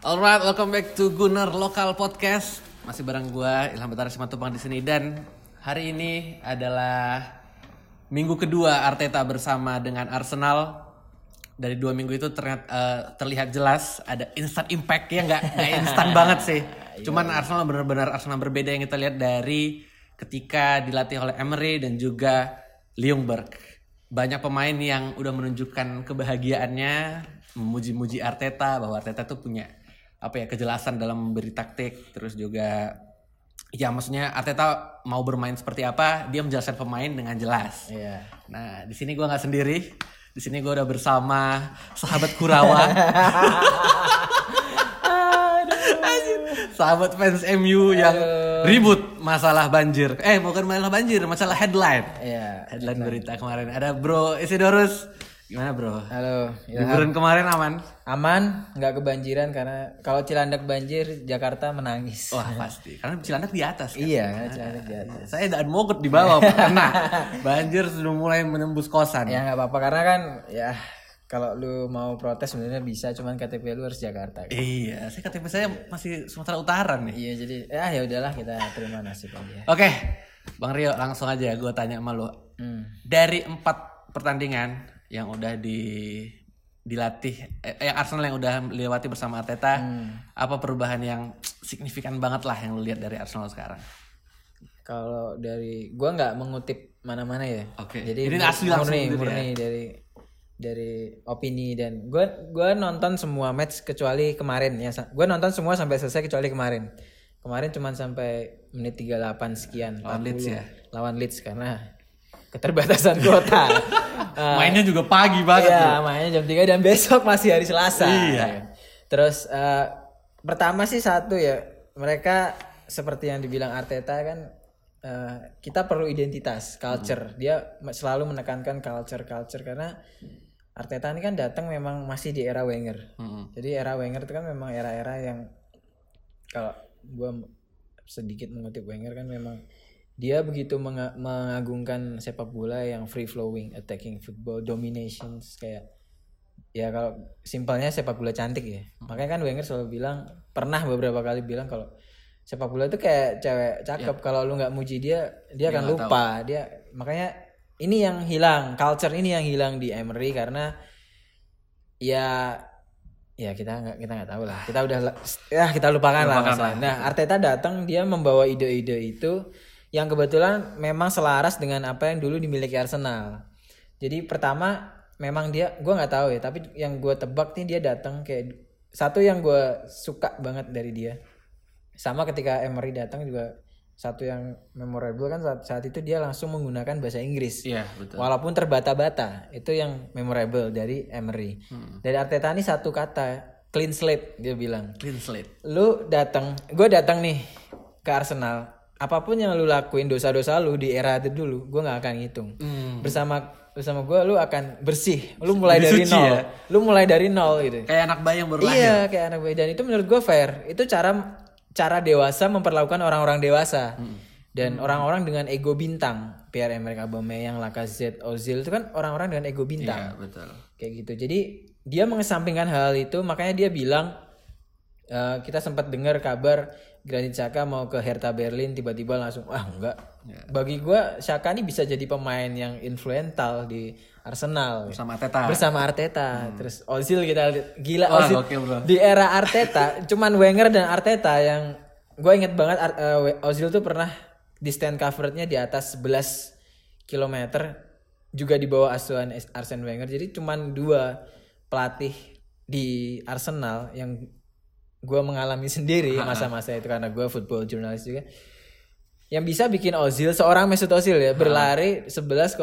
Alright, welcome back to Gunner Local Podcast. Masih bareng gue Ilham Batara Simatupang di sini dan hari ini adalah minggu kedua Arteta bersama dengan Arsenal. Dari 2 minggu itu terlihat jelas ada instant impact ya, nggak instan banget sih. Cuman Arsenal benar-benar Arsenal berbeda yang kita lihat dari ketika dilatih oleh Emery dan juga Ljungberg. Banyak pemain yang udah menunjukkan kebahagiaannya, memuji-muji Arteta bahwa Arteta tuh punya kejelasan dalam memberi taktik, terus juga ya maksudnya Arteta mau bermain seperti apa, dia menjelaskan pemain dengan jelas. Iya. Nah, di sini gue nggak sendiri. Di sini gue udah bersama sahabat Kurawa. Sahabat fans MU yang ribut masalah banjir. Bukan masalah banjir, masalah headline. Iya. Headline berita kemarin. Ada Bro Isidorus. Gimana bro? Halo. Liburan kemarin aman? Aman, nggak kebanjiran karena kalau Cilandak banjir Jakarta menangis. Wah pasti, karena Cilandak di atas kan? Iya, Cilandak di atas. Saya dan Mogot di bawah karena banjir sudah mulai menembus kosan. Ya nggak apa-apa karena kan ya kalau lu mau protes sebenarnya bisa, cuman KTP lu harus Jakarta. Kan? Iya, KTP saya masih Sumatera Utara nih. Iya, jadi ya udahlah kita terima nasib aja. Oke, Bang Rio langsung aja gue tanya sama lu. Dari 4 pertandingan yang udah dilatih yang Arsenal yang udah lewati bersama Arteta, apa perubahan yang signifikan banget lah yang lu lihat dari Arsenal sekarang? Kalau dari gua nggak mengutip mana-mana ya. Oke. Jadi ini asli langsung murni dari opini, dan gua nonton semua match kecuali kemarin ya. Gua nonton semua sampai selesai kecuali kemarin. Kemarin cuma sampai menit 38 sekian. Lawan Leeds ya. Lawan Leeds karena keterbatasan kuota. Mainnya juga pagi banget. Iya, mainnya jam 3 dan besok masih hari Selasa. Iya. Terus pertama sih satu ya, mereka seperti yang dibilang Arteta kan, kita perlu identitas, culture. Dia selalu menekankan culture karena Arteta ini kan datang memang masih di era Wenger. Jadi era Wenger itu kan memang era-era yang kalau gue sedikit mengutip Wenger kan memang dia begitu mengagungkan sepak bola yang free flowing, attacking football, dominations, kayak ya kalau simpelnya sepak bola cantik ya. Makanya kan Wenger selalu bilang, pernah beberapa kali bilang kalau sepak bola itu kayak cewek cakep, kalau lu nggak muji dia akan lupa. Dia makanya ini yang hilang, culture ini yang hilang di Emery karena ya kita nggak tahu lah. Kita lupakan lah. Nah, Arteta datang, dia membawa ide-ide itu yang kebetulan memang selaras dengan apa yang dulu dimiliki Arsenal. Jadi pertama memang gue nggak tahu ya, tapi yang gue tebak nih dia datang kayak satu yang gue suka banget dari dia. Sama ketika Emery datang juga satu yang memorable kan saat itu dia langsung menggunakan bahasa Inggris. Iya, betul. Walaupun terbata-bata, itu yang memorable dari Emery. Dari Arteta ini satu kata, clean slate, dia bilang. Clean slate. Gue datang nih ke Arsenal. Apapun yang lu lakuin, dosa-dosa lu di era itu dulu, gue nggak akan ngitung. Bersama gue, lu akan bersih. Lu mulai dari nol. Ya? Lu mulai dari nol gitu. Kayak anak bayi yang baru lahir. Iya, kayak anak bayi. Dan itu menurut gue fair. Itu cara dewasa memperlakukan orang-orang dewasa. Dan orang-orang dengan ego bintang, Pierre-Emerick Aubameyang, Lacazette, Ozil itu kan orang-orang dengan ego bintang. Iya, betul. Kayak gitu. Jadi dia mengesampingkan hal itu, makanya dia bilang, kita sempat dengar kabar Granit Xhaka mau ke Hertha Berlin, tiba-tiba langsung enggak. Yeah. Bagi gue Xhaka ini bisa jadi pemain yang influential di Arsenal bersama Arteta. Terus Ozil kita lihat gila. Ozil gokil, di era Arteta cuman Wenger dan Arteta yang gue inget banget. Ozil tuh pernah di stand covernya di atas 11 km juga di bawah asuhan Arsene Wenger. Jadi cuman 2 pelatih di Arsenal yang gue mengalami sendiri masa-masa itu karena gue football jurnalis juga, yang bisa bikin Ozil, seorang Mesut Ozil ya, berlari 11,28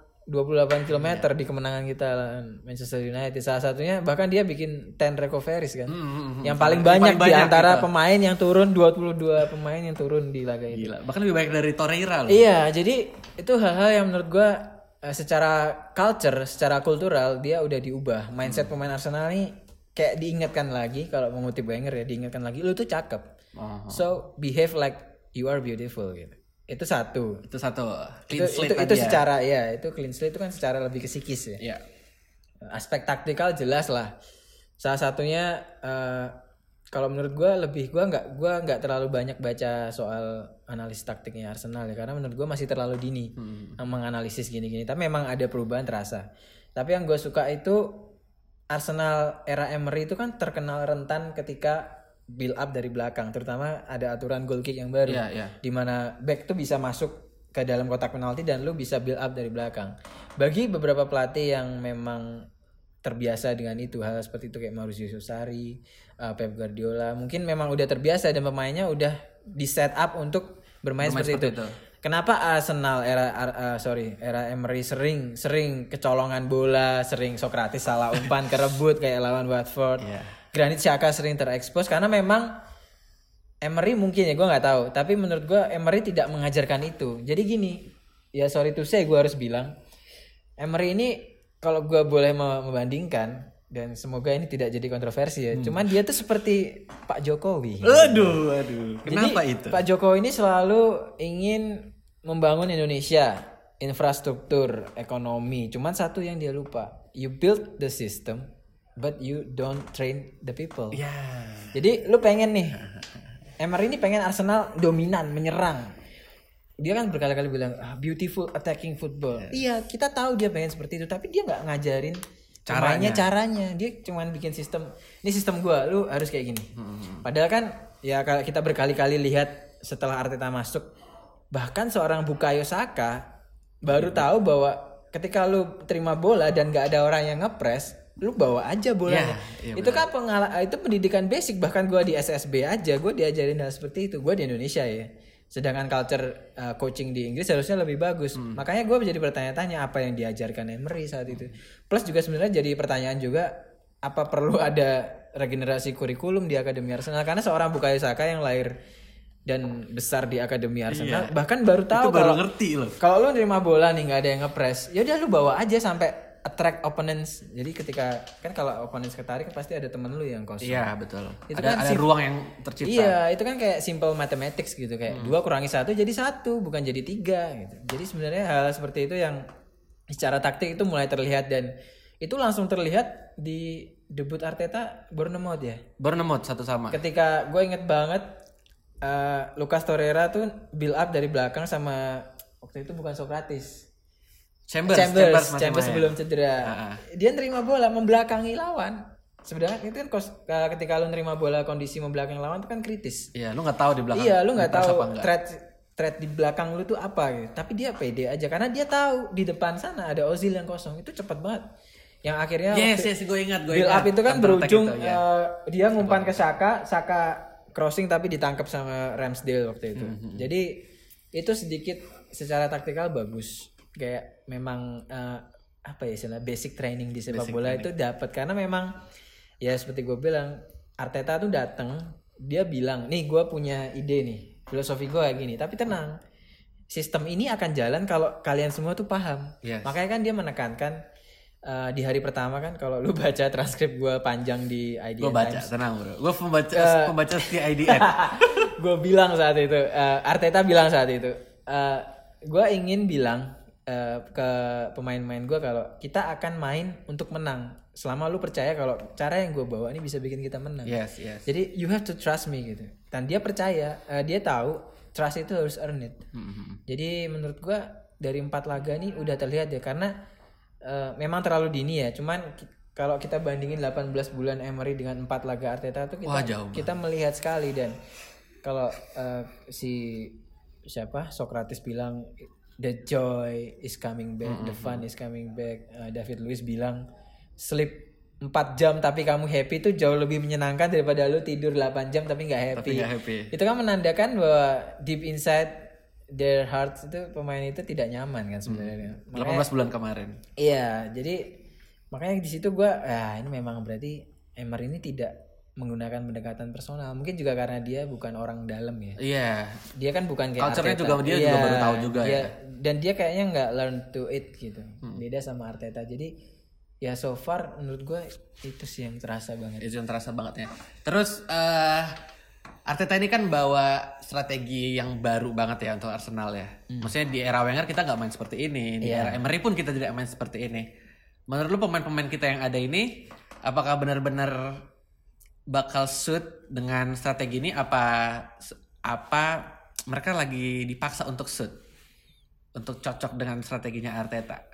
km di kemenangan kita lawan Manchester United. Salah satunya bahkan dia bikin 10 recoveries kan, yang paling banyak di antara pemain yang turun, 22 pemain yang turun di laga itu. Gila, bahkan lebih baik dari Torreira loh. Iya, jadi itu hal-hal yang menurut gue secara culture, secara kultural dia udah diubah. Mindset pemain Arsenal ini kayak diingatkan lagi, kalau mengutip Wenger ya, diingatkan lagi, lu tuh cakep. So behave like you are beautiful gitu. Itu satu. Clean slate itu secara itu clean slate itu kan secara lebih ke psikis ya. Yeah. Aspek taktikal jelas lah. Salah satunya Kalau menurut gue gue nggak terlalu banyak baca soal analisis taktiknya Arsenal ya, karena menurut gue masih terlalu dini menganalisis gini-gini. Tapi memang ada perubahan terasa. Tapi yang gue suka itu Arsenal era Emery itu kan terkenal rentan ketika build up dari belakang, terutama ada aturan goal kick yang baru, di mana back tuh bisa masuk ke dalam kotak penalti dan lu bisa build up dari belakang. Bagi beberapa pelatih yang memang terbiasa dengan itu, hal seperti itu kayak Maurizio Sarri, Pep Guardiola, mungkin memang udah terbiasa dan pemainnya udah di set up untuk bermain seperti itu. Kenapa Arsenal era Emery sering kecolongan bola, sering Sokratis salah umpan kerebut kayak lawan Watford. Granit Xhaka sering terekspos karena memang Emery mungkin ya gue nggak tahu, tapi menurut gue Emery tidak mengajarkan itu. Jadi gini, ya sorry to say gue harus bilang Emery ini kalau gue boleh membandingkan, dan semoga ini tidak jadi kontroversi ya, cuman dia tuh seperti Pak Jokowi. Aduh. Kenapa jadi, itu? Pak Jokowi ini selalu ingin membangun Indonesia, infrastruktur, ekonomi. Cuman satu yang dia lupa, you build the system, but you don't train the people. Jadi lu pengen nih, Emery ini pengen Arsenal dominan, menyerang. Dia kan berkali-kali bilang beautiful attacking football. Iya, kita tahu dia pengen seperti itu, tapi dia nggak ngajarin caranya. Dia cuman bikin sistem. Ini sistem gua, lu harus kayak gini. Padahal kan ya kalau kita berkali-kali lihat setelah Arteta masuk, bahkan seorang Bukayo Saka baru tahu bahwa ketika lu terima bola dan nggak ada orang yang ngepres, lu bawa aja bolanya. Itu kan itu pendidikan basic. Bahkan gua di SSB aja gua diajarin hal seperti itu. Gua di Indonesia ya. Sedangkan culture coaching di Inggris harusnya lebih bagus. Makanya gue jadi bertanya-tanya apa yang diajarkan Emery saat itu. Plus juga sebenarnya jadi pertanyaan juga, apa perlu ada regenerasi kurikulum di Akademi Arsenal? Karena seorang Bukayo Saka yang lahir dan besar di Akademi Arsenal, bahkan baru tahu baru ngerti loh. Kalau lu nerima bola nih nggak ada yang ngepres, ya udah lu bawa aja sampai attract opponents. Jadi ketika kan kalau opponents ketarik pasti ada temen lu yang kosong. Iya betul. Itu ada ruang yang tercipta. Iya, itu kan kayak simple mathematics gitu, kayak 2 kurangi 1 jadi 1, bukan jadi 3 gitu. Jadi sebenarnya hal seperti itu yang secara taktik itu mulai terlihat, dan itu langsung terlihat di debut Arteta Bournemouth ya. Bournemouth 1-1. Ketika gue inget banget Lucas Torreira tuh build up dari belakang sama waktu itu bukan Sokratis. Chambers sebelum cedera. Dia nerima bola membelakangi lawan. Sebenarnya itu kan ketika lu nerima bola kondisi membelakangi lawan itu kan kritis. Iya, lu nggak tahu di belakang. Iya, lu nggak tahu threat di belakang lu tuh apa gitu. Tapi dia pede aja karena dia tahu di depan sana ada Ozil yang kosong. Itu cepat banget. Yang akhirnya gue ingat. Build up itu kan berujung itu, dia ngumpan ke Saka crossing tapi ditangkap sama Ramsdale waktu itu. Jadi itu sedikit secara taktikal bagus. Kayak memang apa ya istilah basic training di sepak bola itu dapat, karena memang ya seperti gue bilang Arteta tuh datang, dia bilang nih gue punya ide nih, filosofi gue kayak gini, tapi tenang, sistem ini akan jalan kalau kalian semua tuh paham. Makanya kan dia menekankan di hari pertama kan, kalau lu baca transkrip gue panjang di IDN Times. Gue baca, tenang bro, gue pembaca di IDN. Gue bilang saat itu, Arteta bilang saat itu, gue ingin bilang ke pemain-pemain gue kalau kita akan main untuk menang selama lu percaya kalau cara yang gue bawa ini bisa bikin kita menang. Jadi you have to trust me gitu. Dan dia percaya, dia tahu trust itu harus earn it. Jadi menurut gue dari 4 laga nih udah terlihat ya, karena memang terlalu dini ya. Cuman kalau kita bandingin 18 bulan Emery dengan 4 laga Arteta tuh kita melihat sekali. Dan kalau Sokratis bilang the joy is coming back, the fun is coming back. David Luiz bilang sleep 4 jam tapi kamu happy itu jauh lebih menyenangkan daripada lu tidur 8 jam tapi gak happy. Itu kan menandakan bahwa deep inside their hearts itu pemain itu tidak nyaman kan sebenarnya. 18 bulan kemarin. Iya, jadi makanya di situ gue ini memang berarti Emery ini tidak menggunakan pendekatan personal. Mungkin juga karena dia bukan orang dalam ya. Iya. Dia kan bukan kayak culture-nya juga dia juga baru tahu juga ya. Dan dia kayaknya nggak learn to it gitu. Beda sama Arteta. Jadi ya so far menurut gue itu sih yang terasa banget. Itu yang terasa banget ya. Terus Arteta ini kan bawa strategi yang baru banget ya untuk Arsenal ya. Maksudnya di era Wenger kita nggak main seperti ini. Di era Emery pun kita tidak main seperti ini. Menurut lu pemain-pemain kita yang ada ini apakah benar-benar bakal suit dengan strategi ini apa mereka lagi dipaksa untuk suit untuk cocok dengan strateginya Arteta?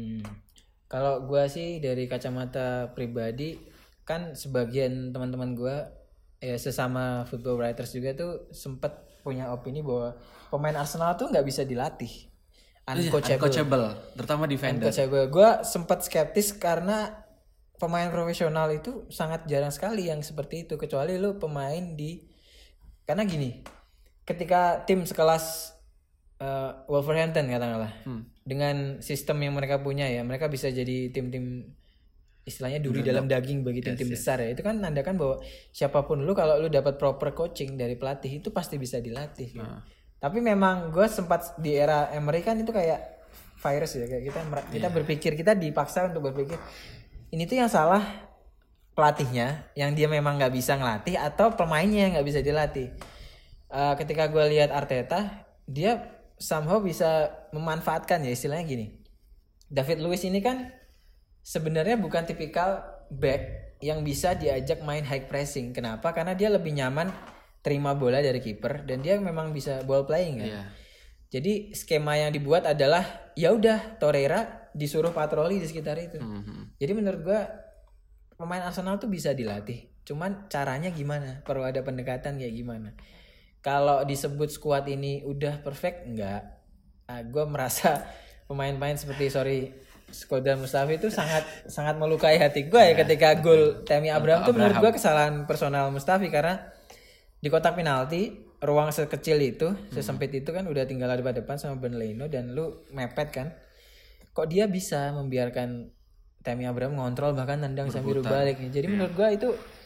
Kalau gue sih dari kacamata pribadi, kan sebagian teman-teman gue ya sesama football writers juga tuh sempat punya opini bahwa pemain Arsenal tuh nggak bisa dilatih, Uncoachable, terutama defender. uncoachable. Gue sempat skeptis karena pemain profesional itu sangat jarang sekali yang seperti itu, kecuali lu pemain karena gini, ketika tim sekelas Wolverhampton katakanlah, dengan sistem yang mereka punya ya, mereka bisa jadi tim-tim istilahnya duri dalam daging bagi tim-tim besar ya. Itu kan nandakan bahwa siapapun lu, kalau lu dapat proper coaching dari pelatih itu pasti bisa dilatih. Gitu. Tapi memang gue sempat di era Emery kan itu kayak virus ya, kayak kita berpikir, kita dipaksa untuk berpikir ini tuh yang salah pelatihnya, yang dia memang nggak bisa ngelatih, atau pemainnya yang nggak bisa dilatih. Ketika gue lihat Arteta, dia somehow bisa memanfaatkan ya, istilahnya gini. David Luiz ini kan sebenarnya bukan tipikal back yang bisa diajak main high pressing. Kenapa? Karena dia lebih nyaman terima bola dari kiper dan dia memang bisa ball playing kan. Yeah. Jadi skema yang dibuat adalah ya udah Torreira disuruh patroli di sekitar itu. Jadi menurut gua pemain Arsenal tuh bisa dilatih. Cuman caranya gimana? Perlu ada pendekatan kayak gimana? Kalau disebut squad ini udah perfect, enggak. Gue merasa pemain-pemain seperti Shkodran Mustafi itu sangat melukai hati gue ya ketika gol Tammy Abraham tuh menurut gue kesalahan personal Mustafi, karena di kotak penalti ruang sekecil itu, sesempit itu kan, udah tinggal di depan sama Ben Leno dan lu mepet kan. Kok dia bisa membiarkan Tammy Abraham ngontrol bahkan nendang sambil balik. Jadi menurut gue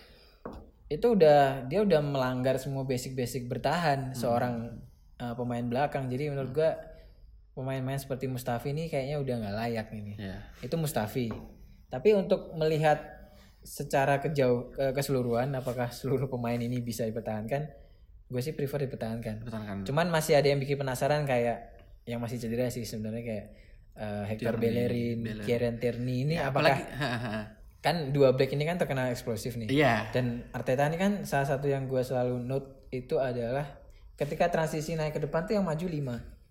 itu dia udah melanggar semua basic bertahan seorang pemain belakang. Jadi menurut gue pemain-pemain seperti Mustafi ini kayaknya udah nggak layak ini. Itu Mustafi. Tapi untuk melihat secara keseluruhan apakah seluruh pemain ini bisa dipertahankan, gue sih prefer dipertahankan. Cuman masih ada yang bikin penasaran, kayak yang masih cedera sih sebenarnya, kayak Hector Bellerin, Kieran Tierney ini ya, apakah kan dua back ini kan terkenal eksplosif nih. Dan Arteta ini kan salah satu yang gue selalu note itu adalah ketika transisi naik ke depan tuh yang maju 5.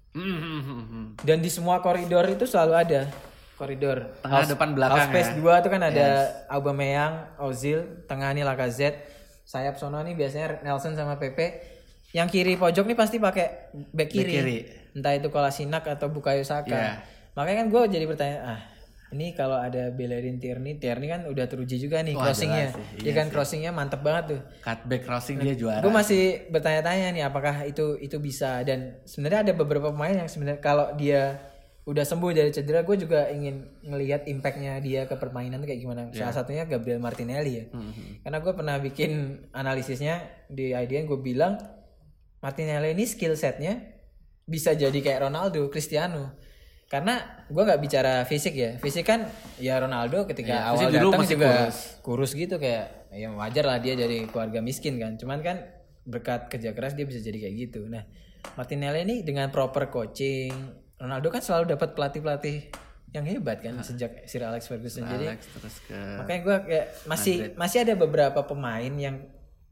Dan di semua koridor itu selalu ada koridor tengah depan belakang. Half space 2 tuh kan ada Aubameyang, Ozil, tengah ini Lacazette, sayap sono nih biasanya Nelson sama Pepe. Yang kiri pojok nih pasti pakai back kiri. Entah itu Kolasinac atau Bukayo Saka. Makanya kan gue jadi bertanya, ini kalau ada Bellerin Tierney kan udah teruji juga nih crossingnya. Iya kan, crossingnya mantep banget tuh. Cutback crossing dia juara. Gue masih bertanya-tanya nih apakah itu bisa. Dan sebenarnya ada beberapa pemain yang sebenarnya kalau dia udah sembuh dari cedera, gue juga ingin ngelihat impactnya dia ke permainan kayak gimana. Salah satunya Gabriel Martinelli ya. Karena gue pernah bikin analisisnya di IDN, gue bilang Martinelli ini skill setnya bisa jadi kayak Ronaldo, Cristiano. Karena gue nggak bicara fisik ya, fisik kan ya Ronaldo ketika awal datang juga kurus gitu, kayak ya wajar lah dia dari keluarga miskin kan. Cuman kan berkat kerja keras dia bisa jadi kayak gitu. Nah Martinelli ini dengan proper coaching, Ronaldo kan selalu dapat pelatih yang hebat kan sejak Sir Alex Ferguson. Jadi makanya gue kayak masih ada beberapa pemain yang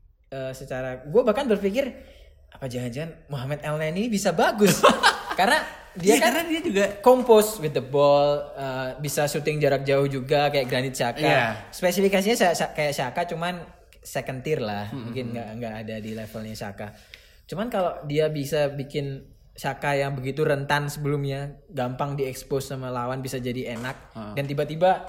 secara gue bahkan berpikir apa jangan-jangan Mohamed Elneny bisa bagus karena karena dia juga compose with the ball, bisa shooting jarak jauh juga kayak Granit Xhaka. Spesifikasinya kayak Xhaka cuman second tier lah, mungkin nggak ada di levelnya Xhaka. Cuman kalau dia bisa bikin Xhaka yang begitu rentan sebelumnya gampang diekspos sama lawan bisa jadi enak, dan tiba-tiba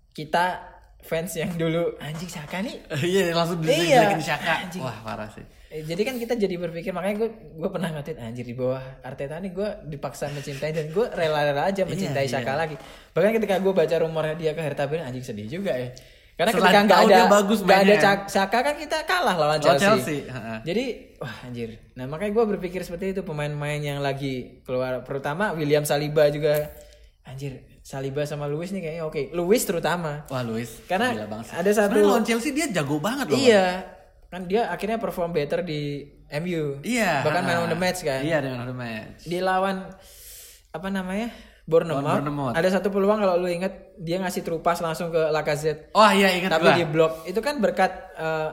kita fans yang dulu anjing Xhaka nih langsung dijelekin Xhaka. Wah parah sih. Jadi kan kita jadi berpikir, makanya gue pernah ngatain anjir di bawah Arteta nih gue dipaksa mencintai dan gue rela-rela aja mencintai Xhaka lagi. Bahkan ketika gue baca rumornya dia ke Hertha Berlin, anjing sedih juga ya. Karena ketika nggak ada Xhaka kan kita kalah lawan Chelsea. Jadi wah anjir. Nah makanya gue berpikir seperti itu, pemain-pemain yang lagi keluar, terutama William Saliba juga. Anjir, Saliba sama Luiz nih kayaknya oke. Luiz terutama. Wah Luiz. Karena ada satu lawan Chelsea dia jago banget loh. Iya. Kan dia akhirnya perform better di MU. Bahkan man of the match kan. Iya, man of the match. Di lawan apa namanya? Bournemouth. Ada satu peluang kalau lu inget, dia ngasih true pass langsung ke Lacazette. Oh iya ingat. Tapi di blok. Itu kan berkat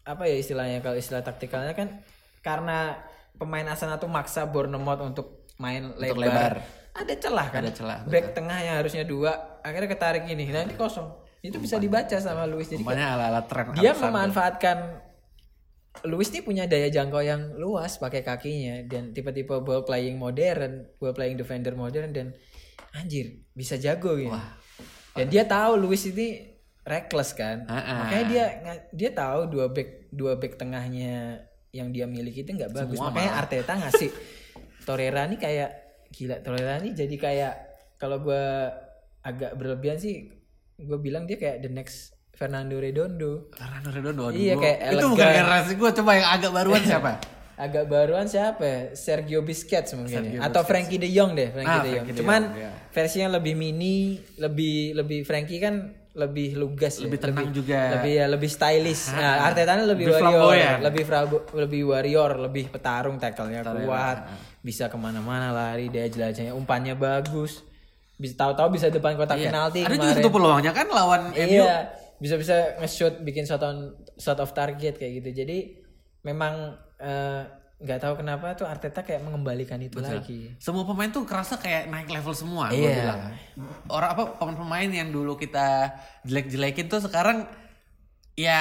apa ya istilahnya, kalau istilah taktikalnya kan karena pemain Arsenal tuh maksa Bournemouth untuk main lebar. Ada celah kan. Ada celah, Back tengah yang harusnya 2 akhirnya ketarik ini. Nah ini kosong. Itu bisa dibaca sama Luis. Jadi Umpamanya ala-ala tren dia Alexander. memanfaatkan Luis ini punya daya jangkau yang luas pakai kakinya dan tipe-tipe ball playing modern, ball playing defender modern, dan anjir bisa jago gitu. Dan dia tahu Luis ini reckless kan. Makanya dia tahu dua back tengahnya yang dia miliki itu nggak bagus. Makanya Arteta ngasih Torreira nih kayak gila. Torreira nih jadi kayak, kalau gue agak berlebihan sih, gue bilang dia kayak the next Fernando Redondo. Iya kayak elegan. Itu bukan generasi gue, coba yang agak baruan siapa? Agak baruan siapa ya? Sergio Busquets mungkin atau Frankie De Jong deh, Frankie De Jong. Cuman versinya lebih mini, lebih Frankie kan lebih lugas, lebih tenang juga. Lebih stylish. Nah, Arteta lebih warrior, lebih petarung, tackle-nya kuat, bisa kemana-mana lari, daya jelajahnya, umpannya bagus. Bisa tahu-tahu bisa depan kotak penalti ada kemarin. juga tuh peluangnya kan lawan MU. Iya, bisa nge-shoot, bikin shot of target kayak gitu. Jadi memang nggak tahu kenapa tuh Arteta kayak mengembalikan itu lagi. Semua pemain tuh kerasa kayak naik level semua. Gue bilang orang pemain yang dulu kita jelek-jelekin tuh sekarang ya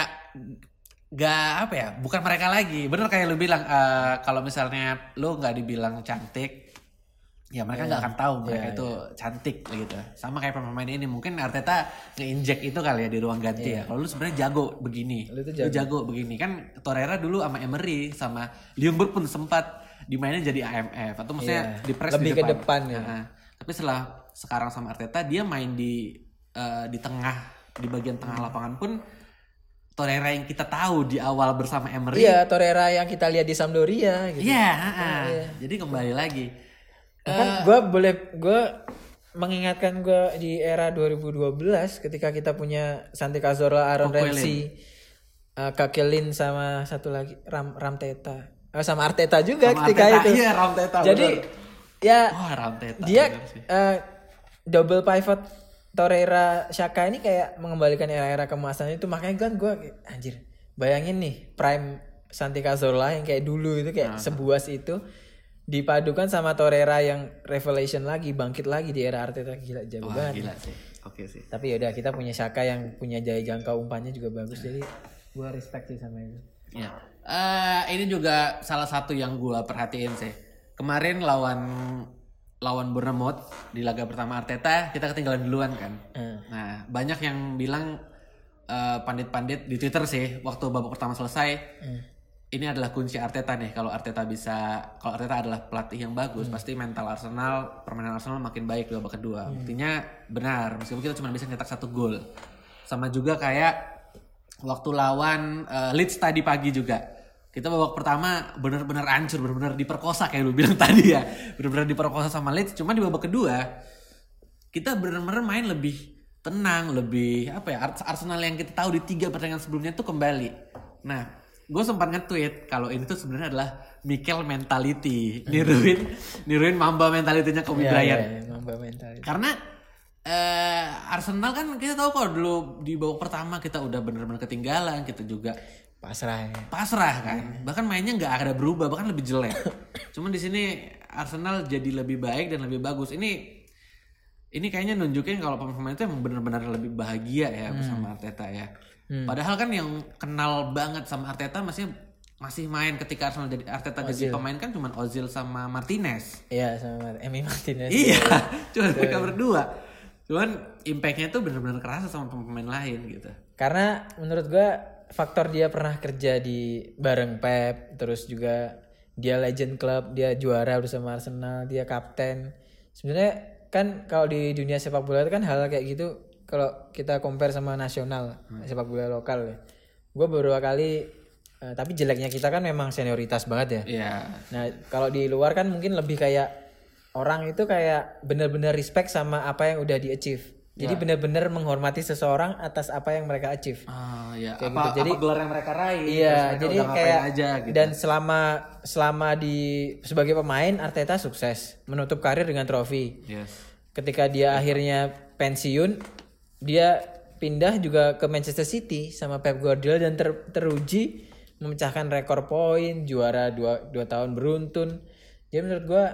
bukan mereka lagi. Bener kayak lu bilang, kalau misalnya lu nggak dibilang cantik, ya mereka nggak akan tahu mereka itu cantik gitu. Sama kayak pemain ini, mungkin Arteta nge-inject itu kali ya di ruang ganti ya. Kalau lu sebenarnya jago begini, lu jago begini kan. Torreira dulu sama Emery sama Ljungberg pun sempat dimainin jadi AMF atau maksudnya di press lebih di ke depan ya. Tapi sekarang sama Arteta dia main di tengah, di bagian tengah lapangan pun Torreira yang kita tahu di awal bersama Emery. Iya, Torreira yang kita lihat di Sampdoria gitu. Jadi kembali lagi. Kan gue mengingatkan gue di era 2012 ketika kita punya Santi Cazorla, Aaron Ramsey, Kakelin sama satu lagi Ramteta. Sama Arteta juga sama ketika Arteta, itu. Iya, Ramteta. Jadi ya Ramteta, dia double pivot Torreira Xhaka ini kayak mengembalikan era-era keemasan itu. Makanya kan gue anjir, bayangin nih prime Santi Cazorla yang kayak dulu itu kayak sebuas itu dipadukan sama Torreira yang revelation lagi, bangkit lagi di era Arteta. Gila, jago banget. Gila sih. Oke sih. Tapi yaudah, kita punya Xhaka yang punya daya jangkau umpannya juga bagus. Jadi gue respect sih sama itu. Ya. Ini juga salah satu yang gue perhatiin sih. Kemarin lawan Bournemouth di laga pertama Arteta, kita ketinggalan duluan kan. Nah, banyak yang bilang pandit-pandit di Twitter sih waktu babak pertama selesai. Ini adalah kunci Arteta nih. Kalau Arteta adalah pelatih yang bagus, pasti mental Arsenal, permainan Arsenal makin baik di babak kedua. Buktinya benar, meskipun kita cuma bisa nyetak 1 gol. Sama juga kayak waktu lawan Leeds tadi pagi juga. Kita babak pertama benar-benar hancur, benar-benar diperkosa kayak lu bilang tadi ya. Benar-benar diperkosa sama Leeds. Cuma di babak kedua kita benar-benar main lebih tenang, lebih Arsenal yang kita tahu di 3 pertandingan sebelumnya tuh kembali. Nah, gue sempat nge-tweet kalau ini tuh sebenarnya adalah Mikel mentality, niruin Mamba mentality-nya Kobe Bryant. Mamba mentality. Karena Arsenal kan kita tahu kok dulu di babak pertama kita udah benar-benar ketinggalan, kita juga pasrah kan. Bahkan mainnya nggak ada berubah, bahkan lebih jelek. Cuman di sini Arsenal jadi lebih baik dan lebih bagus. Ini kayaknya nunjukin kalau pemain itu emang benar-benar lebih bahagia ya bersama Arteta ya. Padahal kan yang kenal banget sama Arteta masih main ketika Arteta jadi pemain kan cuma Ozil sama Martinez. Iya, sama Emi Martinez. Iya, cuma mereka berdua. Cuman impactnya tuh benar-benar kerasa sama pemain lain gitu. Karena menurut gue faktor dia pernah kerja di bareng Pep, terus juga dia legend club, dia juara bersama Arsenal, dia kapten. Sebenarnya kan kalau di dunia sepak bola itu kan hal kayak gitu. Kalau kita compare sama nasional sepak bola lokal ya, gue beberapa kali tapi jeleknya kita kan memang senioritas banget ya. Iya. Nah kalau di luar kan mungkin lebih kayak orang itu kayak benar-benar respect sama apa yang udah di achieve. Jadi benar-benar menghormati seseorang atas apa yang mereka achieve. Iya. Kayak gitu. Jadi gelar yang mereka raih. Iya. Jadi kayak aja, gitu. Dan selama di sebagai pemain Arteta sukses menutup karir dengan trofi. Yes. Ketika dia akhirnya pensiun, dia pindah juga ke Manchester City sama Pep Guardiola dan teruji memecahkan rekor poin, juara 2 tahun beruntun. Jadi menurut gue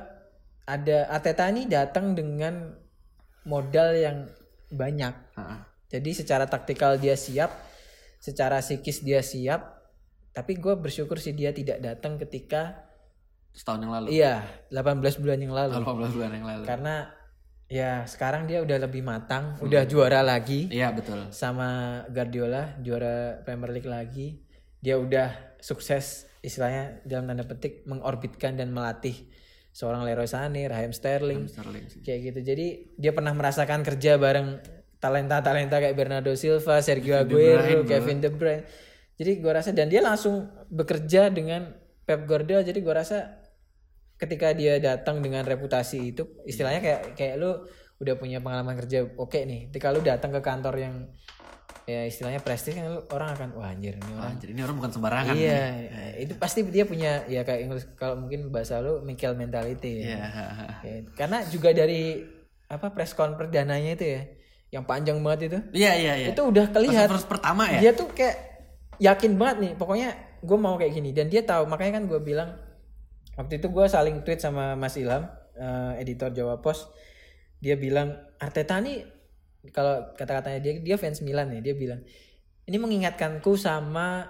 Arteta ini datang dengan modal yang banyak. Jadi secara taktikal dia siap, secara psikis dia siap. Tapi gue bersyukur sih dia tidak datang ketika setahun yang lalu. Iya, 18 bulan yang lalu. 18 bulan yang lalu. Karena ya sekarang dia udah lebih matang, udah juara lagi. Iya, betul. Sama Guardiola, juara Premier League lagi. Dia udah sukses istilahnya dalam tanda petik mengorbitkan dan melatih seorang Leroy Sané, Raheem Sterling. Kayak gitu. Jadi dia pernah merasakan kerja bareng talenta-talenta kayak Bernardo Silva, Sergio Aguero, Kevin De Bruyne. Jadi gue rasa dan dia langsung bekerja dengan Pep Guardiola. Jadi gue rasa ketika dia datang dengan reputasi itu, istilahnya kayak lu udah punya pengalaman kerja oke nih. Ketika lu datang ke kantor yang ya istilahnya prestis kan orang akan wah anjir ini orang bukan sembarangan. Iya, itu pasti dia punya ya kayak Inggris kalau mungkin bahasa lu Mikel mentality ya. Ya. Karena juga dari press conference perdananya itu ya, yang panjang banget itu. Iya. Itu udah kelihatan. First pertama ya. Dia tuh kayak yakin banget nih, pokoknya gue mau kayak gini dan dia tahu. Makanya kan gue bilang waktu itu gue saling tweet sama Mas Ilham, editor Jawa Post. Dia bilang Arteta nih kalau kata-katanya dia fans Milan nih, dia bilang ini mengingatkanku sama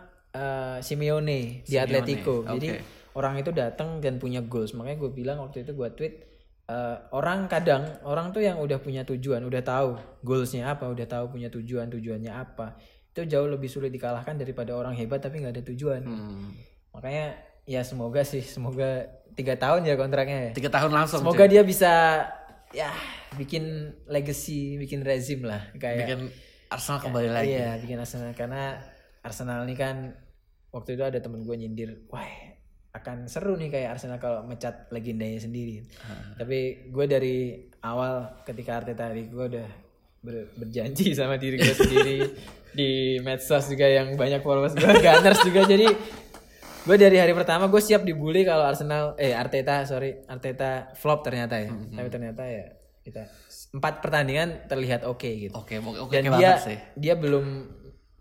Simeone di Atletico. Jadi orang itu datang dan punya goals. Makanya gue bilang waktu itu gue tweet orang tuh yang udah punya tujuan, udah tahu goalsnya apa, udah tahu punya tujuannya apa, itu jauh lebih sulit dikalahkan daripada orang hebat tapi nggak ada tujuan. Makanya ya semoga 3 tahun ya kontraknya ya. 3 tahun langsung. Semoga dia bisa ya bikin legacy, bikin rezim lah kayak bikin Arsenal kembali lagi. Iya, bikin Arsenal karena Arsenal ini kan waktu itu ada temen gue nyindir, wah akan seru nih kayak Arsenal kalau mecat legendanya sendiri. Tapi gue dari awal ketika Arteta hari gue udah berjanji sama diri gue sendiri di medsos juga yang banyak followers gue, Gunners juga. Jadi gue dari hari pertama gue siap dibully kalau Arteta flop ternyata ya. Tapi ternyata ya kita 4 pertandingan terlihat oke gitu. Oke Dan banget sih. dia belum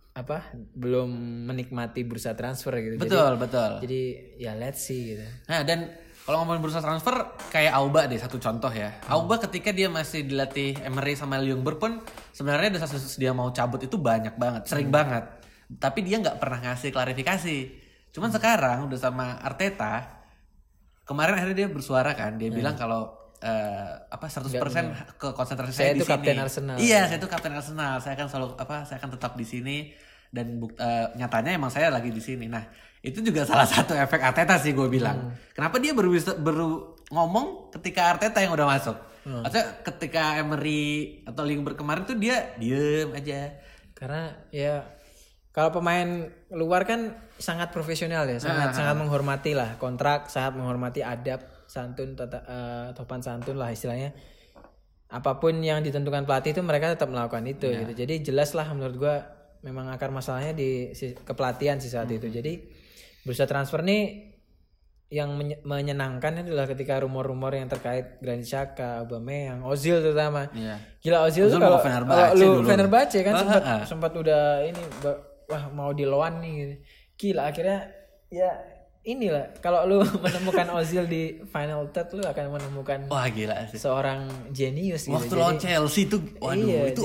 menikmati bursa transfer gitu. Betul. Jadi ya let's see gitu. Nah, dan kalau ngomongin bursa transfer kayak Auba deh satu contoh ya. Auba ketika dia masih dilatih Emery sama Ljungberg pun sebenarnya desas-desus dia mau cabut itu banyak banget, sering banget. Tapi dia nggak pernah ngasih klarifikasi. Cuman sekarang udah sama Arteta, kemarin akhirnya dia bersuara kan, dia bilang kalau 100% ke konsentrasi saya di sini. Saya itu kapten Arsenal. Iya, saya itu kapten Arsenal. Saya akan saya akan tetap di sini dan nyatanya emang saya lagi di sini. Nah, itu juga salah satu efek Arteta sih gue bilang. Kenapa dia baru ngomong ketika Arteta yang udah masuk? Artinya ketika Emery atau Ljungberg kemarin tuh dia diem aja. Karena ya kalau pemain luar kan sangat profesional ya, sangat menghormati lah kontrak, sangat menghormati adab, santun, sopan santun lah istilahnya. Apapun yang ditentukan pelatih itu mereka tetap melakukan itu gitu. Jadi jelas lah menurut gue memang akar masalahnya di kepelatihan sih saat itu. Jadi bursa transfer nih yang menyenangkan adalah ketika rumor-rumor yang terkait Granit Xhaka, Aubameyang, Ozil terutama. Gila Ozil tuh kalau lu Fenerbahce kan sempat udah ini wah mau di loan nih gitu. Gila akhirnya ya inilah kalau lu menemukan Ozil di final third lu akan menemukan wah gila sih seorang jenius gitu. Waktu lawan Chelsea tuh itu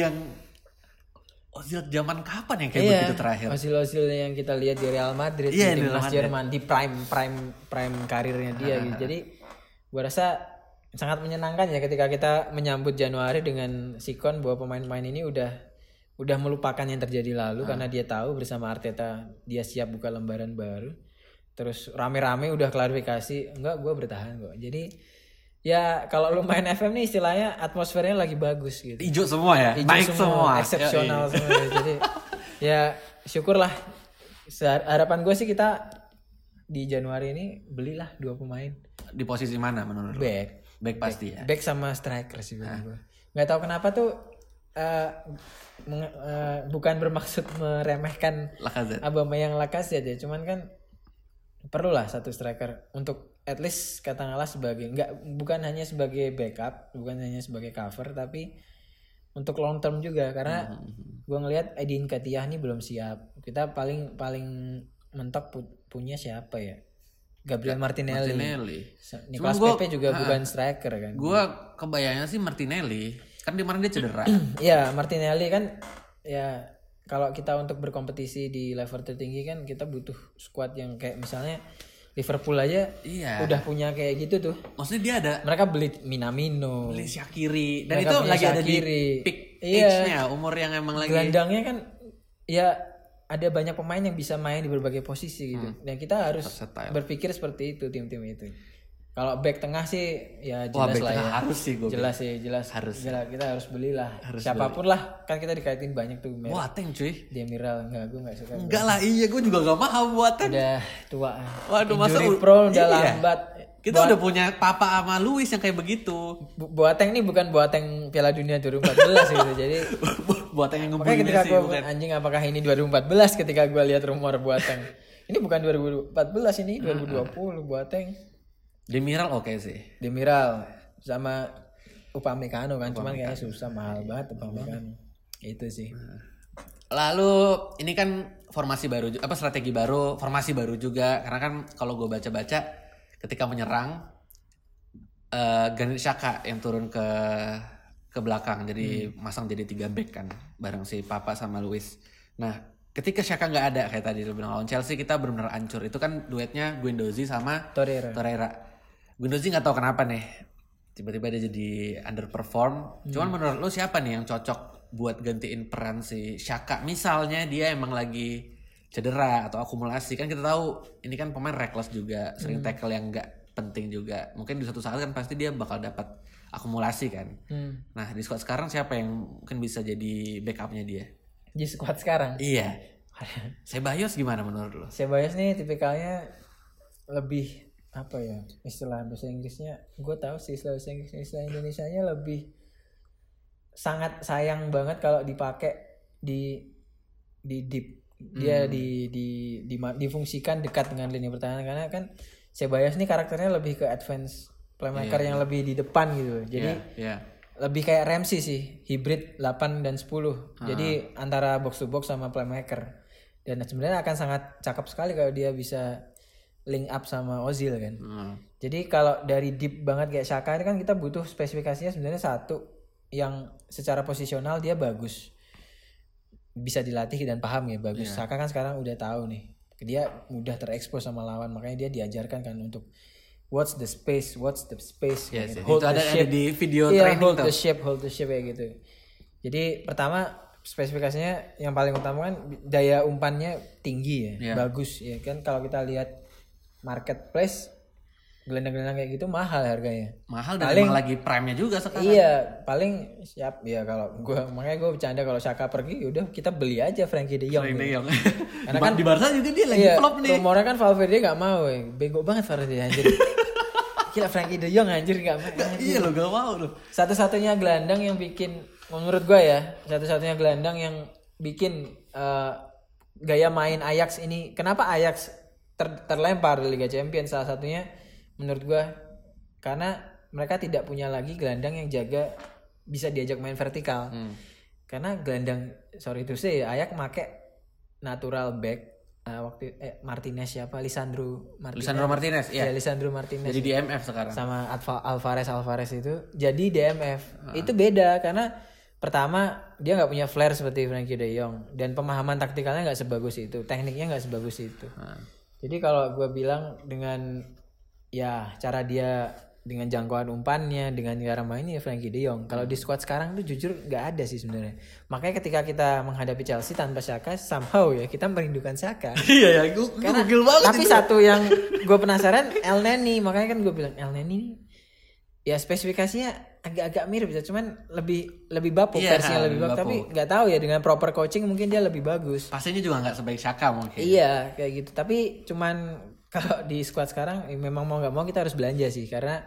Ozil zaman kapan yang kayak begitu terakhir? Ozil yang kita lihat di Real Madrid, di timnas Jerman, di prime karirnya dia gitu. Jadi gua rasa sangat menyenangkan ya ketika kita menyambut Januari dengan sikon bahwa pemain-pemain ini udah melupakan yang terjadi lalu karena dia tahu bersama Arteta dia siap buka lembaran baru. Terus rame-rame udah klarifikasi, enggak gue bertahan kok. Jadi ya kalau lu main FM nih istilahnya atmosfernya lagi bagus gitu. Ijo semua ya, naik semua, eksepsional semua. Jadi ya syukurlah. Harapan gue sih kita di Januari ini belilah 2 pemain. Di posisi mana menurut lu? Back pasti ya. Back sama striker sih gue. Nggak tahu kenapa tuh bukan bermaksud meremehkan Aubameyang Lacazette ya, cuman kan perlulah satu striker untuk at least katakanlah bukan hanya sebagai backup, bukan hanya sebagai cover, tapi untuk long term juga karena gue ngelihat Edin Nketiah ini belum siap. Kita paling mentok punya siapa ya? Gabriel Martinelli. Nicolas Cuman Pepe juga bukan striker kan. Gue kebayangnya sih Martinelli. Kan kemarin dia cedera. Iya, Martinelli kan ya kalau kita untuk berkompetisi di level tertinggi kan kita butuh squad yang kayak misalnya Liverpool aja udah punya kayak gitu tuh. Maksudnya dia ada. Mereka beli Minamino, beli Shaqiri, dan mereka itu punya lagi ada di Shaqiri. peak age-nya, umur yang emang lagi. Gelandangnya kan ya ada banyak pemain yang bisa main di berbagai posisi gitu. Dan kita harus berpikir seperti itu tim-tim itu. Kalau back tengah sih ya jelas lah ya. Harus sih gue. Jelas sih, jelas. Harus. Kita harus belilah. Siapapun lah, kan kita dikaitin banyak tuh. Boateng cuy. Demiral gue enggak suka. Enggak lah, iya gue juga enggak paham Boateng. Udah tua. Waduh, masa pro udah lambat. Kita udah punya Papa sama Luis yang kayak begitu. Boateng ini bukan Boateng Piala Dunia 2014 gitu. Jadi Boateng yang ngebully ketika gue anjing apakah ini 2014 ketika gue lihat rumor Boateng. Ini bukan 2014, ini 2020 Boateng. Demiral oke sih. Demiral sama Upamecano kan, cuman kayaknya susah, mahal banget Upamecano. Itu sih. Lalu ini kan formasi baru, strategi baru, formasi baru juga. Karena kan kalau gue baca-baca ketika menyerang Granit Xhaka yang turun ke belakang, jadi masang jadi 3 back kan bareng si Papa sama Luis. Nah, ketika Xhaka nggak ada kayak tadi lu bilang lawan Chelsea kita benar-benar hancur. Itu kan duetnya Guendouzi sama Torreira. Guendouzi nggak tahu kenapa nih tiba-tiba dia jadi underperform. Cuman menurut lu siapa nih yang cocok buat gantiin peran si Xhaka? Misalnya dia emang lagi cedera atau akumulasi, kan kita tahu ini kan pemain reckless juga, sering tackle yang nggak penting juga. Mungkin di suatu saat kan pasti dia bakal dapat akumulasi kan. Nah di squad sekarang siapa yang mungkin bisa jadi backupnya dia? Di squad sekarang? Iya. Ceballos gimana menurut lo? Ceballos nih tipikalnya lebih apa ya, istilah bahasa Inggrisnya gue tahu sih, istilah bahasa Inggris, istilah Indonesianya lebih sangat sayang banget kalau dipakai di deep. Dia difungsikan dekat dengan lini pertahanan, karena kan Ceballos nih karakternya lebih ke advance playmaker yang lebih di depan gitu. Jadi lebih kayak Ramsey sih, hybrid 8 dan 10. Jadi antara box to box sama playmaker. Dan sebenarnya akan sangat cakep sekali kalau dia bisa link up sama Ozil kan. Jadi kalau dari deep banget kayak Xhaka ini kan kita butuh spesifikasinya sebenarnya satu yang secara posisional dia bagus, bisa dilatih dan paham ya bagus. Xhaka kan sekarang udah tahu nih, dia mudah terekspos sama lawan, makanya dia diajarkan kan untuk what's the space Yes, gitu. Hold itu the ada shape di video training hold tuh. the shape kayak gitu. Jadi pertama spesifikasinya yang paling utama kan daya umpannya tinggi ya, bagus ya kan. Kalau kita lihat marketplace gelandang-gelandang kayak gitu mahal harganya. Mahal dan emang lagi prime-nya juga sekarang. Iya, paling siap ya kalau makanya gue bercanda kalau Xhaka pergi udah kita beli aja Frankie De Jong. Karena kan di Barca juga dia lagi flop nih. Rumornya kan Valverde enggak mau ya. Bego banget Valverde anjir. Gila Frankie De Jong anjir enggak mau. Iya lo enggak mau lo. Satu-satunya gelandang yang bikin menurut gue ya, satu-satunya gelandang yang bikin gaya main Ajax ini, kenapa Ajax terlempar di Liga Champions, salah satunya menurut gue karena mereka tidak punya lagi gelandang yang jaga bisa diajak main vertikal. Karena gelandang Ajax make natural back waktu Martinez siapa? Lisandro Martinez ya. Lisandro Martinez. Jadi DMF sekarang. Sama Alvarez itu jadi DMF. Itu beda karena pertama dia nggak punya flair seperti Frankie De Jong dan pemahaman taktikalnya nggak sebagus itu, tekniknya nggak sebagus itu. Jadi kalau gue bilang dengan ya cara dia dengan jangkauan umpannya, dengan cara mainnya Frankie De Jong. Kalau di squad sekarang tuh jujur nggak ada sih sebenarnya. Makanya ketika kita menghadapi Chelsea tanpa Xhaka, somehow ya kita merindukan Xhaka. Iya ya, gue gokil banget. Tapi satu yang gue penasaran El Neni, makanya kan gue bilang El Neni ya spesifikasinya agak-agak mirip ya, cuman lebih bapuk, versinya lebih bapuk. Tapi nggak tahu ya dengan proper coaching mungkin dia lebih bagus. Pastinya juga nggak sebaik Xhaka mungkin. Iya kayak gitu. Tapi cuman kalau di squad sekarang memang mau nggak mau kita harus belanja sih, karena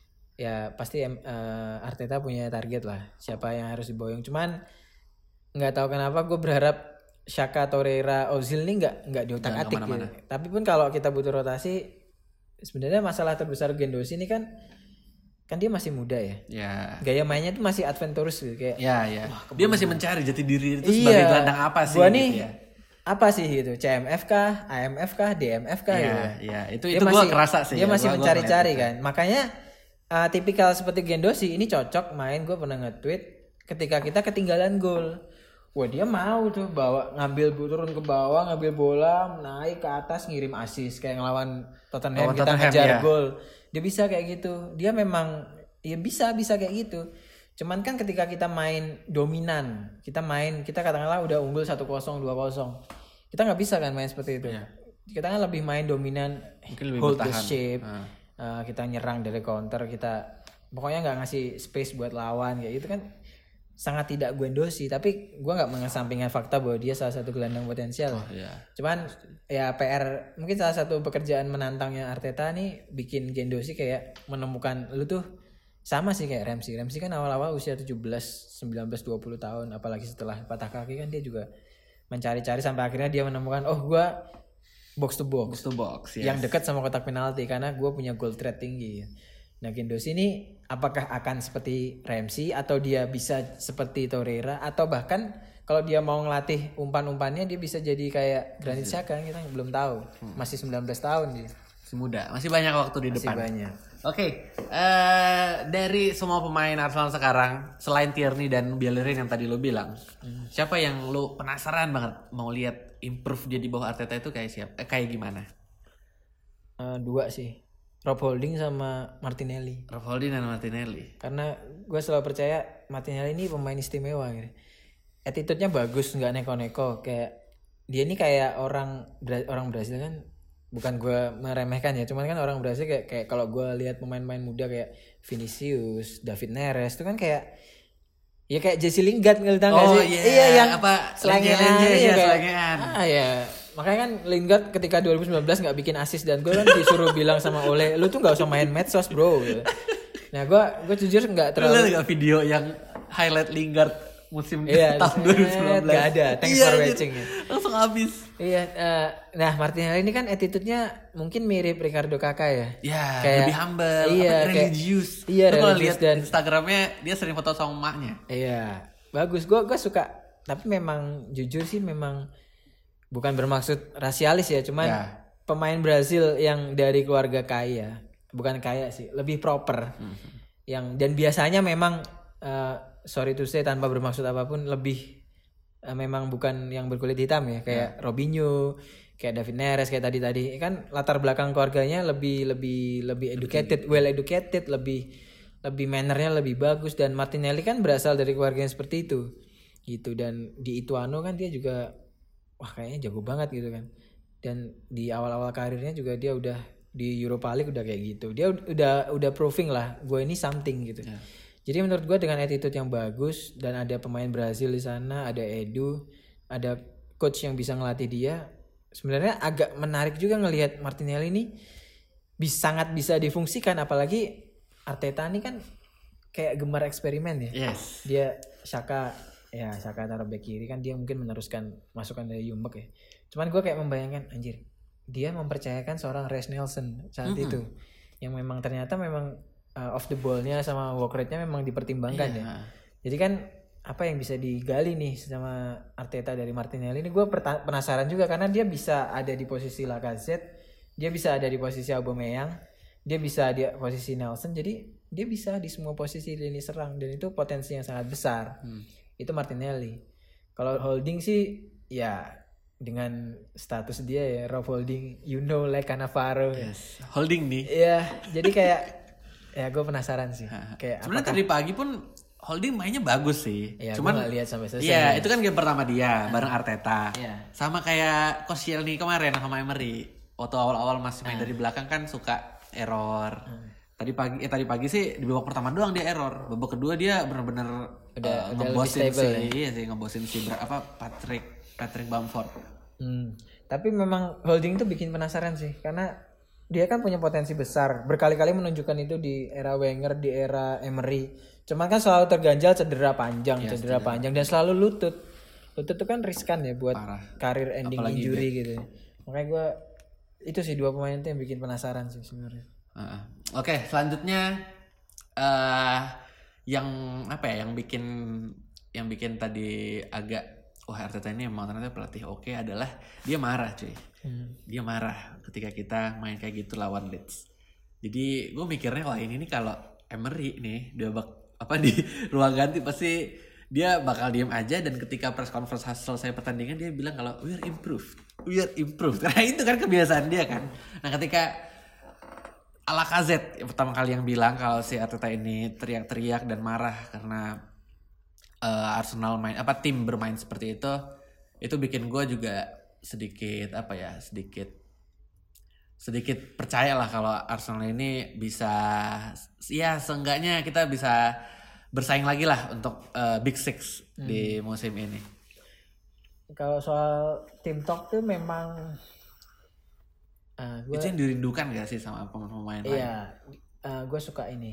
ya pasti Arteta punya target lah siapa yang harus diboyong. Cuman nggak tahu kenapa gue berharap Xhaka, Torreira, Ozil ini nggak diotak-atik gitu. Tapi pun kalau kita butuh rotasi, sebenarnya masalah terbesar Guendouzi ini kan dia masih muda ya. Gaya mainnya tuh masih adventurous gitu kayak. Dia masih mencari jati diri itu sebagai gelandang apa sih gua gitu nih, ya. apa sih gitu, CMF kah, AMF kah, DMF kah gitu. Iya, itu gue kerasa sih. Dia masih Gua mencari-cari kan. Makanya tipikal seperti Gendosi ini cocok main. Gue pernah nge-tweet ketika kita ketinggalan gol. Wah, dia mau tuh turun ke bawah, ngambil bola, naik ke atas, ngirim assist kayak ngelawan Tottenham, kita ngejar gol. Dia bisa kayak gitu. Dia memang ya bisa kayak gitu. Cuman kan ketika kita main dominan, kita katakanlah udah unggul 1-0, 2-0. Kita nggak bisa kan main seperti itu. Kita kan lebih main dominan, hold the shape. Kita nyerang dari counter, kita pokoknya nggak ngasih space buat lawan kayak gitu kan. Sangat tidak Guendouzi, tapi gue nggak mengesampingkan fakta bahwa dia salah satu gelandang potensial. Cuman ya PR mungkin salah satu pekerjaan menantangnya Arteta nih bikin Guendouzi kayak menemukan lu tuh sama sih kayak Ramsey. Ramsey kan awal-awal usia 17, 19, 20 tahun, apalagi setelah patah kaki kan dia juga mencari-cari sampai akhirnya dia menemukan gue box to box, yang dekat sama kotak penalti karena gue punya goal threat tinggi. Nah, Guendouzi ini apakah akan seperti Ramsey atau dia bisa seperti Torreira atau bahkan kalau dia mau ngelatih umpan-umpannya dia bisa jadi kayak Granit Xhaka, kita belum tahu. Masih 19 tahun dia. Masih muda, masih banyak waktu di depan. Masih banyak. Oke, dari semua pemain Arsenal sekarang selain Tierney dan Bellerin yang tadi lo bilang, siapa yang lo penasaran banget mau lihat improve dia di bawah Arteta itu kayak gimana? Dua sih. Rob Holding sama Martinelli. Karena gue selalu percaya Martinelli ini pemain istimewa gitu. Attitude-nya bagus, nggak neko-neko. Kayak dia ini kayak orang Brasil kan. Bukan gue meremehkan ya, cuman kan orang Brasil kayak kalau gue lihat pemain-pemain muda kayak Vinicius, David Neres itu kan kayak ya kayak Jesse Lingard nggak tahu nggak sih? Iya yang apa selangean. Ya. Makanya kan Lingard ketika 2019 nggak bikin assist dan gue kan disuruh bilang sama Ole, lu tuh nggak usah main medsos bro. Gitu. Nah gue jujur nggak terlalu. Lu nggak video yang highlight Lingard musim tahun 2019? Nggak ada. Thanks for watching. Langsung habis. Iya. Nah Martinelli ini kan attitude-nya mungkin mirip Ricardo Kakak ya. Ya. Kayak, lebih humble. Iya. Religius. Iya. Kalau lihat dan Instagramnya dia sering foto sama emaknya. Iya. Bagus. Gue suka. Tapi memang jujur sih memang bukan bermaksud rasialis ya, cuman pemain Brazil yang dari keluarga kaya, bukan kaya sih, lebih proper. Yang dan biasanya memang sorry to say tanpa bermaksud apapun lebih memang bukan yang berkulit hitam ya, kayak Robinho, kayak David Neres kayak tadi kan latar belakang keluarganya lebih educated, well educated, lebih mannernya lebih bagus dan Martinelli kan berasal dari keluarga yang seperti itu. Gitu dan di Ituano kan dia juga wah kayaknya jago banget gitu kan. Dan di awal-awal karirnya juga dia udah di Europa League udah kayak gitu. Dia udah proving lah gue ini something gitu. Jadi menurut gue dengan attitude yang bagus dan ada pemain Brazil di sana, ada Edu, ada coach yang bisa ngelatih dia. Sebenarnya agak menarik juga ngelihat Martinelli ini sangat bisa difungsikan apalagi Arteta ini kan kayak gemar eksperimen ya. Dia Xhaka taruh back kiri kan dia mungkin meneruskan masukan dari Ljungberg ya. Cuman gue kayak membayangkan anjir dia mempercayakan seorang Reiss Nelson saat itu yang memang ternyata memang off the ball-nya sama work rate-nya memang dipertimbangkan ya. Jadi kan apa yang bisa digali nih sama Arteta dari Martinelli ini gue penasaran juga karena dia bisa ada di posisi Lacazette, dia bisa ada di posisi Aubameyang, dia bisa di posisi Nelson, jadi dia bisa di semua posisi lini serang dan itu potensi yang sangat besar. Itu Martinelli. Kalau Holding sih ya dengan status dia ya Rob Holding, you know like Cannavaro. Holding nih. Iya, jadi kayak ya gue penasaran sih. Kayak sebenarnya tadi pagi pun Holding mainnya bagus sih. Ya, cuman nggak lihat sampai selesai. Iya, itu kan game pertama dia bareng Arteta. Sama kayak Koscielny kemarin sama Emery. Waktu awal-awal masih main dari belakang kan suka error. Tadi pagi sih di babak pertama doang dia error. Babak kedua dia benar-benar ngebosin si Patrick Bamford. Tapi memang Holding tuh bikin penasaran sih karena dia kan punya potensi besar. Berkali-kali menunjukkan itu di era Wenger, di era Emery. Cuman kan selalu terganjal cedera panjang dan selalu lutut. Lutut itu kan riskan ya buat karir ending apalagi injury gitu. Makanya gue itu sih dua pemain itu yang bikin penasaran sih sebenarnya. Oke, selanjutnya yang apa ya yang bikin tadi agak wah Arteta ini emang ternyata pelatih oke adalah dia marah cuy. Dia marah ketika kita main kayak gitu lawan Leeds. Jadi gue mikirnya wah ini nih kalau Emery nih dia di ruang ganti pasti dia bakal diem aja, dan ketika press conference selesai pertandingan dia bilang kalau we are improved. Karena itu kan kebiasaan dia kan. Nah ketika Lacazette pertama kali yang bilang kalau si Arteta ini teriak-teriak dan marah karena Arsenal tim bermain seperti itu bikin gue juga sedikit percaya lah kalau Arsenal ini bisa, ya seenggaknya kita bisa bersaing lagi lah untuk Big Six di musim ini. Kalau soal tim talk tuh memang itu yang dirindukan gak sih sama pemain-pemain lain? Iya, gue suka ini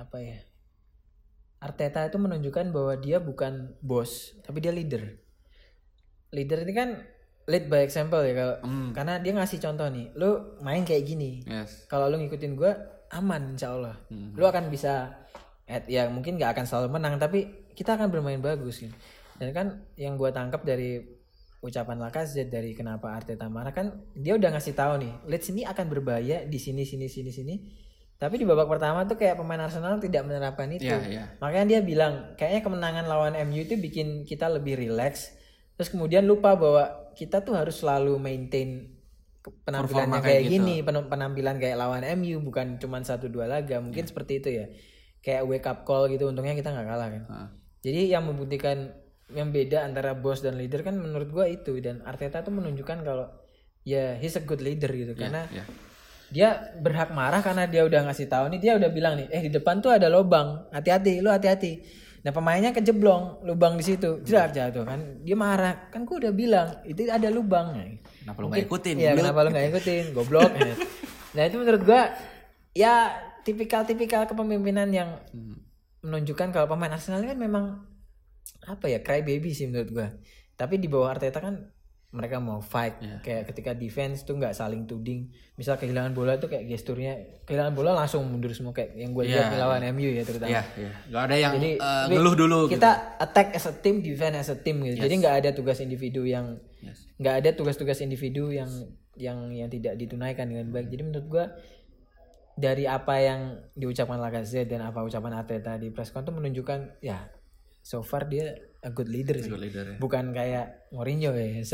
Arteta itu menunjukkan bahwa dia bukan bos, tapi dia leader. Leader ini kan lead by example ya, kalau karena dia ngasih contoh nih, lu main kayak gini. Yes. Kalau lu ngikutin gue aman, insya Allah. Lu akan bisa, ya mungkin gak akan selalu menang, tapi kita akan bermain bagus gitu. Dan kan yang gue tangkap dari ucapan Lacazette, dari kenapa Arteta marah kan, dia udah ngasih tahu nih, Leeds ini akan berbahaya di sini. Tapi di babak pertama tuh kayak pemain Arsenal tidak menerapkan itu. Makanya dia bilang kayaknya kemenangan lawan MU itu bikin kita lebih relax. Terus kemudian lupa bahwa kita tuh harus selalu maintain penampilannya kayak gini, penampilan kayak lawan MU, bukan cuma 1-2 laga. Mungkin seperti itu ya. Kayak wake up call gitu, untungnya kita gak kalah kan. Jadi yang membuktikan yang beda antara bos dan leader kan menurut gua itu, dan Arteta tuh menunjukkan kalau ya he's a good leader gitu, karena dia berhak marah karena dia udah ngasih tahu nih, dia udah bilang nih, di depan tuh ada lubang, hati-hati. Nah pemainnya kejeblong lubang di situ, jatuh kan, dia marah, kan gua udah bilang itu ada lubang. Kenapa lu nggak ikutin? Iya, kenapa lu nggak ikutin, goblok. Nah itu menurut gua ya tipikal kepemimpinan yang menunjukkan kalau pemain Arsenal kan memang cry baby sih menurut gua. Tapi di bawah Arteta kan mereka mau fight, kayak ketika defense tuh nggak saling tuding. Misal kehilangan bola tuh kayak gesturnya kehilangan bola langsung mundur semua, kayak yang gue lihat lawan MU ya terutama. Gak ada yang ngeluh dulu. Kita gitu. Attack as a team, defense as a team gitu. Jadi nggak ada tugas individu yang nggak ada tugas-tugas individu yang tidak ditunaikan dengan baik. Jadi menurut gue dari apa yang diucapkan Lacazette dan apa ucapan Arteta di press con tuh menunjukkan ya so far dia a good leader sih. Bukan kayak Mourinho ya.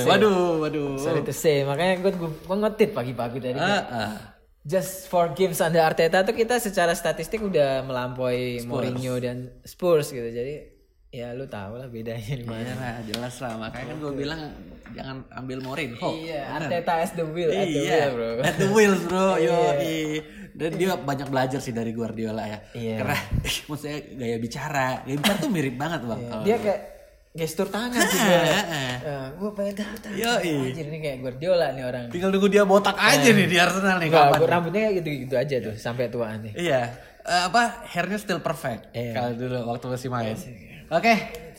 Sorry to say. Makanya gue ngetit pagi-pagi tadi. Just 4 games under Arteta tuh kita secara statistik udah melampaui Mourinho dan Spurs gitu. Jadi ya lu tahu lah bedanya di mana. Iya lah, jelas lah. Makanya kan gue bilang jangan ambil Mourinho. Iya, Arteta as the wheel, bro. At the wheels, bro. Dan dia banyak belajar sih dari Guardiola ya. Karena maksudnya gaya bicara tuh mirip banget bang. Dia kayak gestur tangan juga. Gue pengen tahu. Anjir ini kayak Guardiola nih orang. Tinggal nunggu dia botak aja nih di Arsenal nih. Rambutnya kayak gitu-gitu aja tuh sampai tuaan nih. Iya. Hairnya still perfect. Kalau dulu waktu masih main. Oke.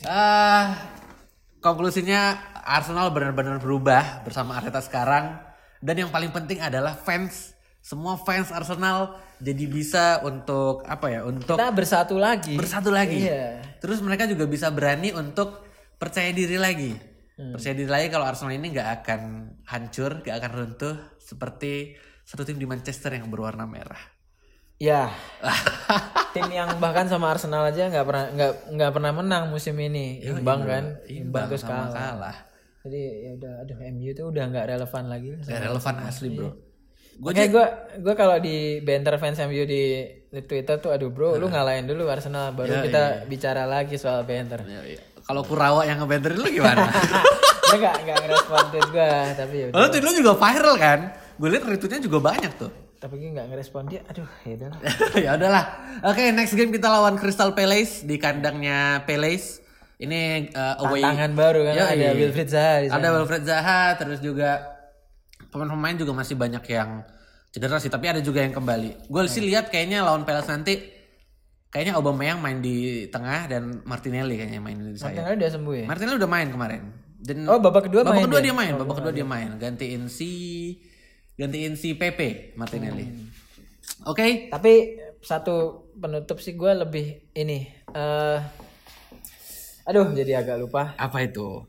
Konklusinya Arsenal benar-benar berubah bersama Arteta sekarang, dan yang paling penting adalah semua fans Arsenal jadi bisa untuk untuk kita bersatu lagi. Iya. Terus mereka juga bisa berani untuk percaya diri lagi. Percaya diri lagi kalau Arsenal ini nggak akan hancur, nggak akan runtuh seperti satu tim di Manchester yang berwarna merah. Ya. Tim yang bahkan sama Arsenal aja nggak pernah menang musim ini. Imbang terus kalah. Jadi ya udah, MU tuh udah nggak relevan lagi. Nggak relevan asli bro. Gue kalau di banter fans MU di Twitter tuh, aduh bro, lu ngalahin dulu Arsenal baru kita bicara lagi soal banter. Kalau Kurawa yang ngebanter lu gimana? Dia nggak ngerespon tweet gue, tapi ya. Lalu tweet lu juga viral kan? Gue liat retweetnya juga banyak tuh. Tapi gue nggak ngerespon dia, aduh ya udahlah. Ya udahlah. Oke, next game kita lawan Crystal Palace di kandangnya Palace. Ini away. Tantangan baru kan, ada Wilfried Zaha di sana. Ada Wilfried Zaha, terus juga pemain-pemain juga masih banyak yang cedera sih, tapi ada juga yang kembali. Gue sih lihat kayaknya lawan Palace nanti kayaknya Aubameyang main di tengah dan Martinelli kayaknya main di sayap. Martinelli udah sembuh ya? Martinelli udah main kemarin. Dan babak kedua dia main. Gantiin si Pepe Martinelli. Oke. Tapi satu penutup sih gue lebih ini. Aduh jadi agak lupa. Apa itu?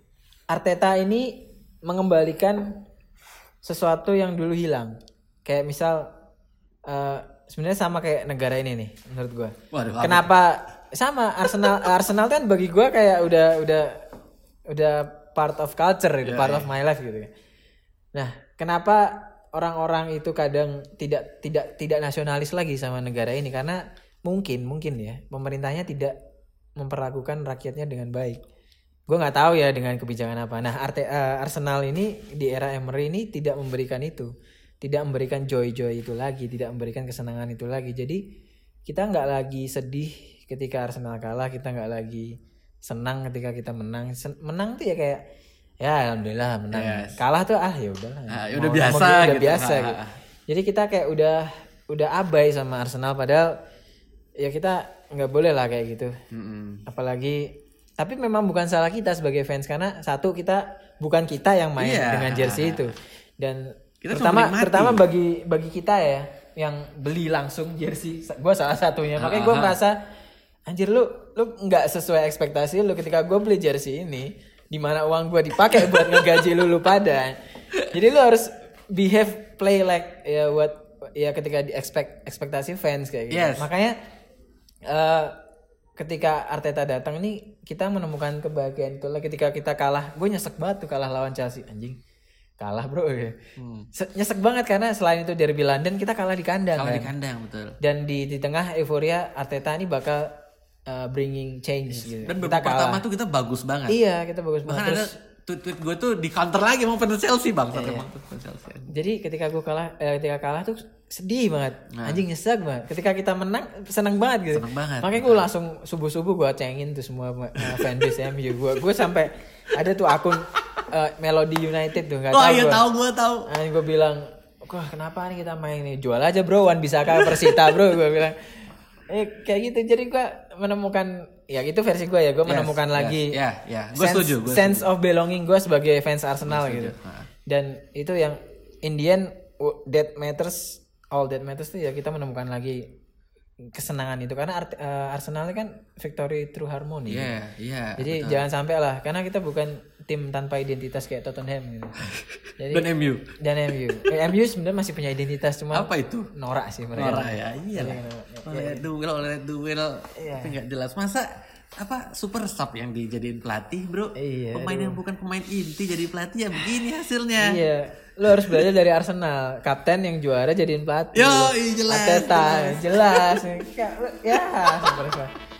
Arteta ini mengembalikan sesuatu yang dulu hilang. Kayak misal sebenarnya sama kayak negara ini nih menurut gua. Waduh, kenapa sama Arsenal kan bagi gua kayak udah part of culture gitu, part of my life gitu. Nah, kenapa orang-orang itu kadang tidak nasionalis lagi sama negara ini karena mungkin ya pemerintahnya tidak memperlakukan rakyatnya dengan baik. Gue nggak tahu ya dengan kebijakan apa. Nah, Arsenal ini di era Emery ini tidak memberikan itu, tidak memberikan joy itu lagi, tidak memberikan kesenangan itu lagi. Jadi kita nggak lagi sedih ketika Arsenal kalah, kita nggak lagi senang ketika kita menang. Menang tuh ya kayak ya alhamdulillah menang. Yes. Kalah tuh ya udahlah. Udah biasa udah gitu. Biasa gitu. Jadi kita kayak udah abai sama Arsenal padahal ya kita nggak boleh lah kayak gitu. Apalagi tapi memang bukan salah kita sebagai fans karena satu bukan kita yang main dengan jersey itu dan kita terutama bagi kita ya yang beli langsung jersey, gue salah satunya. Makanya gue merasa anjir lu nggak sesuai ekspektasi lu ketika gue beli jersey ini di mana uang gue dipakai buat ngegaji lu pada. Jadi lu harus play like ya ketika di ekspektasi fans kayak gitu. Yes. Makanya ketika Arteta datang nih kita menemukan kebahagiaan itu. Ketika kita kalah, gue nyesek banget tuh kalah lawan Chelsea, anjing kalah bro ya. Nyesek banget karena selain itu derby London kita kalah di kandang. Di kandang betul. Dan di tengah euforia Arteta ini bakal bringing change gitu. Dan babak pertama tuh kita bagus banget. Iya kita bagus banget. Bahkan ada tweet gue tuh di counter lagi mau fans Chelsea bang. Jadi ketika kalah tuh sedih banget, anjing nyesek banget. Ketika kita menang senang banget gitu. Makanya gue langsung subuh gue cengin tuh semua fanbase MU. Gue sampai ada tuh akun Melody United tuh nggak tahu. Oh iya gue tahu. Nah, gue bilang, wah kenapa nih kita main nih, jual aja bro, Wan Bisaka Persita bro, gue bilang. Kayak gitu. Jadi gue menemukan ya itu versi gue ya. Gue menemukan lagi gue setuju. Sense of belonging gue sebagai fans Arsenal gitu. Dan itu yang in the end all that matters tuh ya kita menemukan lagi kesenangan itu karena Arsenal kan victory through harmony. Iya. Jadi betul. Jangan sampai lah karena kita bukan tim tanpa identitas kayak Tottenham gitu. Jadi, dan MU. MU sebenarnya masih punya identitas cuma apa itu? Norak sih mereka. Norak ya. Iya. Oleh duel. Tapi enggak jelas masa super sub yang dijadiin pelatih bro. Pemain yang bukan pemain inti jadi pelatih ya begini hasilnya. Iya. Lo harus belajar dari Arsenal, kapten yang juara jadiin pelatih. Yo, jelas. Arteta, jelas. Ya, super.